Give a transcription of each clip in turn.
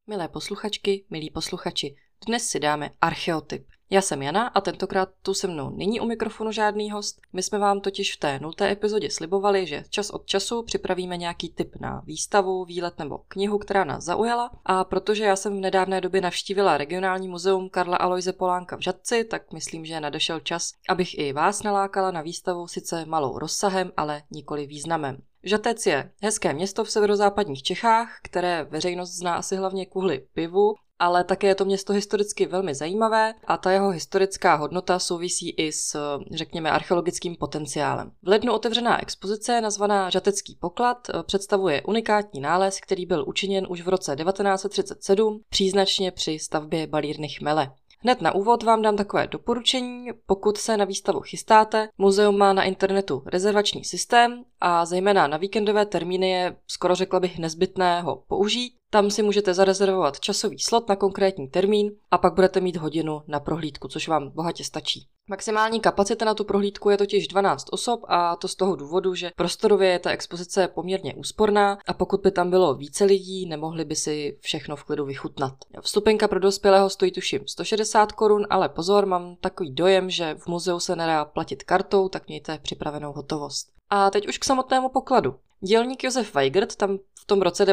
Milé posluchačky, milí posluchači, dnes si dáme archeotyp. Já jsem Jana a tentokrát tu se mnou není u mikrofonu žádný host. My jsme vám totiž v té 0. epizodě slibovali, že čas od času připravíme nějaký tip na výstavu, výlet nebo knihu, která nás zaujala. A protože já jsem v nedávné době navštívila regionální muzeum Karla Aloise Polánka v Žatci, tak myslím, že nadešel čas, abych i vás nalákala na výstavu sice malou rozsahem, ale nikoli významem. Žatec je hezké město v severozápadních Čechách, které veřejnost zná asi hlavně kvůli pivu, ale také je to město historicky velmi zajímavé a ta jeho historická hodnota souvisí i s, řekněme, archeologickým potenciálem. V lednu otevřená expozice nazvaná Žatecký poklad představuje unikátní nález, který byl učiněn už v roce 1937, příznačně při stavbě balírny Chmele. Hned na úvod vám dám takové doporučení, pokud se na výstavu chystáte. Muzeum má na internetu rezervační systém a zejména na víkendové termíny je, skoro řekla bych, nezbytné ho použít. Tam si můžete zarezervovat časový slot na konkrétní termín a pak budete mít hodinu na prohlídku, což vám bohatě stačí. Maximální kapacita na tu prohlídku je totiž 12 osob a to z toho důvodu, že prostorově je ta expozice poměrně úsporná a pokud by tam bylo více lidí, nemohli by si všechno v klidu vychutnat. Vstupenka pro dospělého stojí tuším 160 korun, ale pozor, mám takový dojem, že v muzeu se nedá platit kartou, tak mějte připravenou hotovost. A teď už k samotnému pokladu. Dělník Josef Weigert tam v tom roce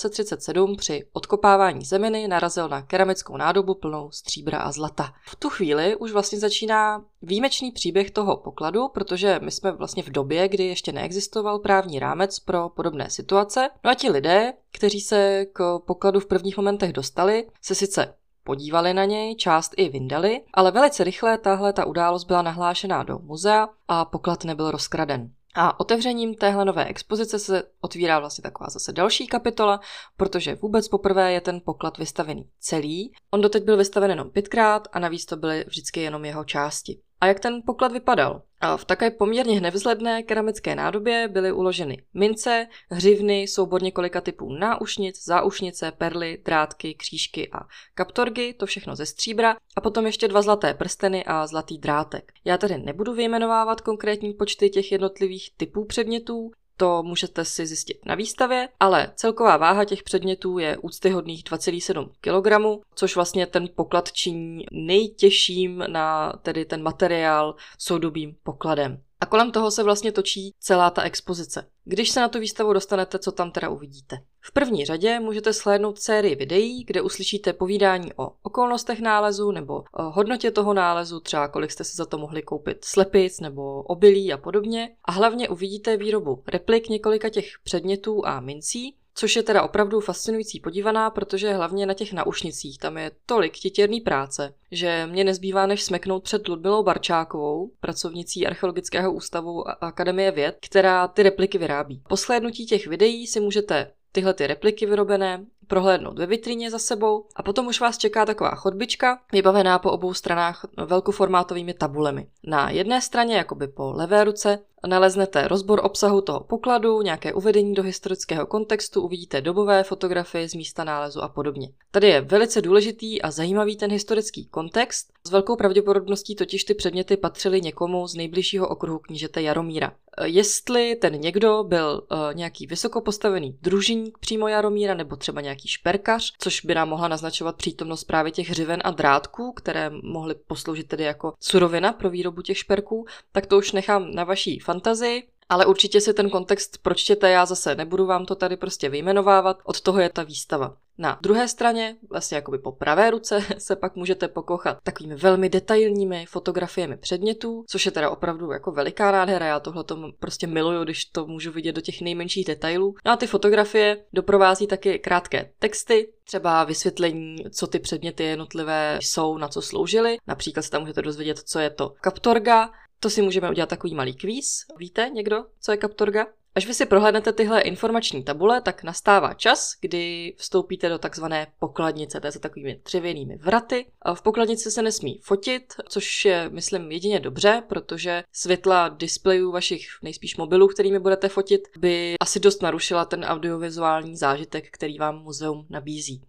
1937 při odkopávání zeminy narazil na keramickou nádobu plnou stříbra a zlata. V tu chvíli už vlastně začíná výjimečný příběh toho pokladu, protože my jsme vlastně v době, kdy ještě neexistoval právní rámec pro podobné situace. No a ti lidé, kteří se k pokladu v prvních momentech dostali, se sice podívali na něj, část i vyndali, ale velice rychle ta událost byla nahlášená do muzea a poklad nebyl rozkraden. A otevřením téhle nové expozice se otvírá vlastně taková zase další kapitola, protože vůbec poprvé je ten poklad vystavený celý. On doteď byl vystaven jenom 5krát a navíc to byly vždycky jenom jeho části. A jak ten poklad vypadal? A v také poměrně nevzhledné keramické nádobě byly uloženy mince, hřivny, soubor několika typů náušnic, záušnice, perly, drátky, křížky a kaptorgy, to všechno ze stříbra, a potom ještě 2 zlaté prsteny a zlatý drátek. Já tady nebudu vyjmenovávat konkrétní počty těch jednotlivých typů předmětů, to můžete si zjistit na výstavě, ale celková váha těch předmětů je úctyhodných 2,7 kg, což vlastně ten poklad činí nejtěžším na tedy ten materiál soudobým pokladem. A kolem toho se vlastně točí celá ta expozice. Když se na tu výstavu dostanete, co tam teda uvidíte? V první řadě můžete shlédnout sérii videí, kde uslyšíte povídání o okolnostech nálezu nebo o hodnotě toho nálezu, třeba kolik jste si za to mohli koupit slepic nebo obilí a podobně. A hlavně uvidíte výrobu replik několika těch předmětů a mincí, což je teda opravdu fascinující podívaná, protože hlavně na těch náušnicích tam je tolik titěrný práce, že mě nezbývá než smeknout před Ludmilou Barčákovou, pracovnicí Archeologického ústavu a Akademie věd, která ty repliky vyrábí. Po shlédnutí těch videí si můžete tyhle ty repliky vyrobené prohlédnout ve vitríně za sebou a potom už vás čeká taková chodbička, vybavená po obou stranách velkoformátovými tabulemi. Na jedné straně, jakoby po levé ruce, naleznete rozbor obsahu toho pokladu, nějaké uvedení do historického kontextu, uvidíte dobové fotografie z místa nálezu a podobně. Tady je velice důležitý a zajímavý ten historický kontext. S velkou pravděpodobností totiž ty předměty patřily někomu z nejbližšího okruhu knížete Jaromíra. Jestli ten někdo byl nějaký vysoko postavený družinník přímo Jaromíra nebo třeba nějaký šperkař, což by nám mohla naznačovat přítomnost právě těch hřiven a drátků, které mohly posloužit tedy jako surovina pro výrobu těch šperků, tak to už nechám na vaší fantazii. Ale určitě si ten kontext pročtěte, já zase nebudu vám to tady prostě vyjmenovávat, od toho je ta výstava. Na druhé straně, vlastně jakoby po pravé ruce, se pak můžete pokochat takovými velmi detailními fotografiemi předmětů, což je teda opravdu jako veliká nádhera, já tohleto prostě miluju, když to můžu vidět do těch nejmenších detailů. No a ty fotografie doprovází taky krátké texty, třeba vysvětlení, co ty předměty jednotlivé jsou, na co sloužily. Například se tam můžete dozvědět, co je to kaptorga. To si můžeme udělat takový malý kvíz. Víte někdo, co je kaptorga? Až vy si prohlédnete tyhle informační tabule, tak nastává čas, kdy vstoupíte do takzvané pokladnice, to je za takovými dřevěnými vraty. A v pokladnici se nesmí fotit, což je, myslím, jedině dobře, protože světla displejů vašich nejspíš mobilů, kterými budete fotit, by asi dost narušila ten audiovizuální zážitek, který vám muzeum nabízí.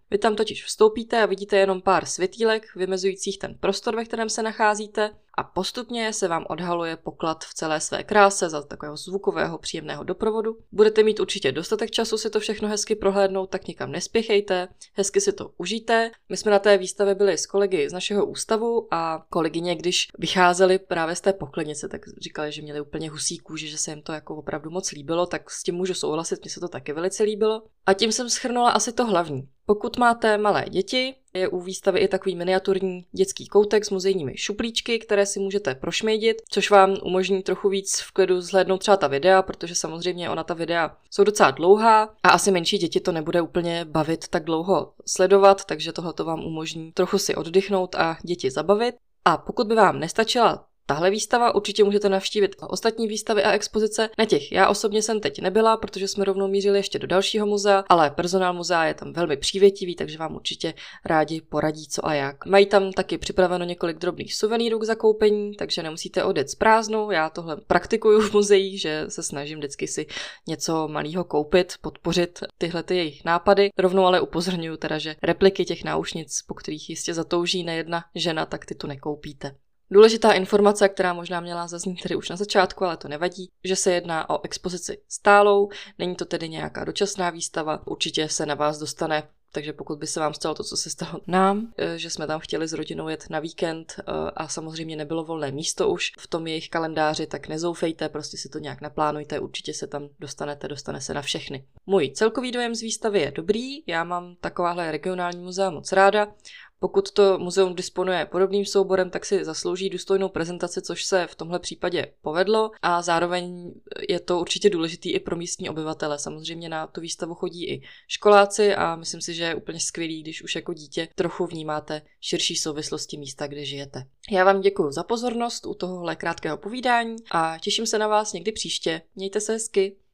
Vy tam totiž vstoupíte a vidíte jenom pár světýlek vymezujících ten prostor, ve kterém se nacházíte a postupně se vám odhaluje poklad v celé své kráse za takového zvukového příjemného doprovodu. Budete mít určitě dostatek času si to všechno hezky prohlédnout, tak nikam nespěchejte, hezky si to užijte. My jsme na té výstavě byli s kolegy z našeho ústavu a kolegyně, když vycházeli právě z té poklenice, tak říkali, že měli úplně husí kůži, že se jim to jako opravdu moc líbilo, tak s tím můžu souhlasit, mně se to taky velice líbilo. A tím jsem shrnula asi to hlavní. Pokud máte malé děti, je u výstavy i takový miniaturní dětský koutek s muzejními šuplíčky, které si můžete prošmejdit, což vám umožní trochu víc v klidu zhlédnout třeba ta videa, protože samozřejmě ta videa jsou docela dlouhá a asi menší děti to nebude úplně bavit tak dlouho sledovat, takže tohle to vám umožní trochu si oddychnout a děti zabavit. A pokud by vám nestačila tahle výstava, určitě můžete navštívit ostatní výstavy a expozice. Na těch já osobně jsem teď nebyla, protože jsme rovnou mířili ještě do dalšího muzea, ale personál muzea je tam velmi přívětivý, takže vám určitě rádi poradí co a jak. Mají tam taky připraveno několik drobných suvenýrů k zakoupení, takže nemusíte odjet s prázdnou. Já tohle praktikuju v muzeích, že se snažím vždycky si něco malého koupit, podpořit tyhle jejich nápady. Rovnou ale upozorňuju teda, že repliky těch náušnic, po kterých jistě zatouží nejedna žena, tak ty tu nekoupíte. Důležitá informace, která možná měla zaznít tedy už na začátku, ale to nevadí, že se jedná o expozici stálou, není to tedy nějaká dočasná výstava, určitě se na vás dostane, takže pokud by se vám stalo to, co se stalo nám, že jsme tam chtěli s rodinou jet na víkend a samozřejmě nebylo volné místo už v tom jejich kalendáři, tak nezoufejte, prostě si to nějak naplánujte, určitě se tam dostane se na všechny. Můj celkový dojem z výstavy je dobrý, já mám takováhle regionální muzea moc ráda. Pokud to muzeum disponuje podobným souborem, tak si zaslouží důstojnou prezentaci, což se v tomhle případě povedlo a zároveň je to určitě důležitý i pro místní obyvatele. Samozřejmě na tu výstavu chodí i školáci a myslím si, že je úplně skvělý, když už jako dítě trochu vnímáte širší souvislosti místa, kde žijete. Já vám děkuji za pozornost u tohohle krátkého povídání a těším se na vás někdy příště. Mějte se hezky.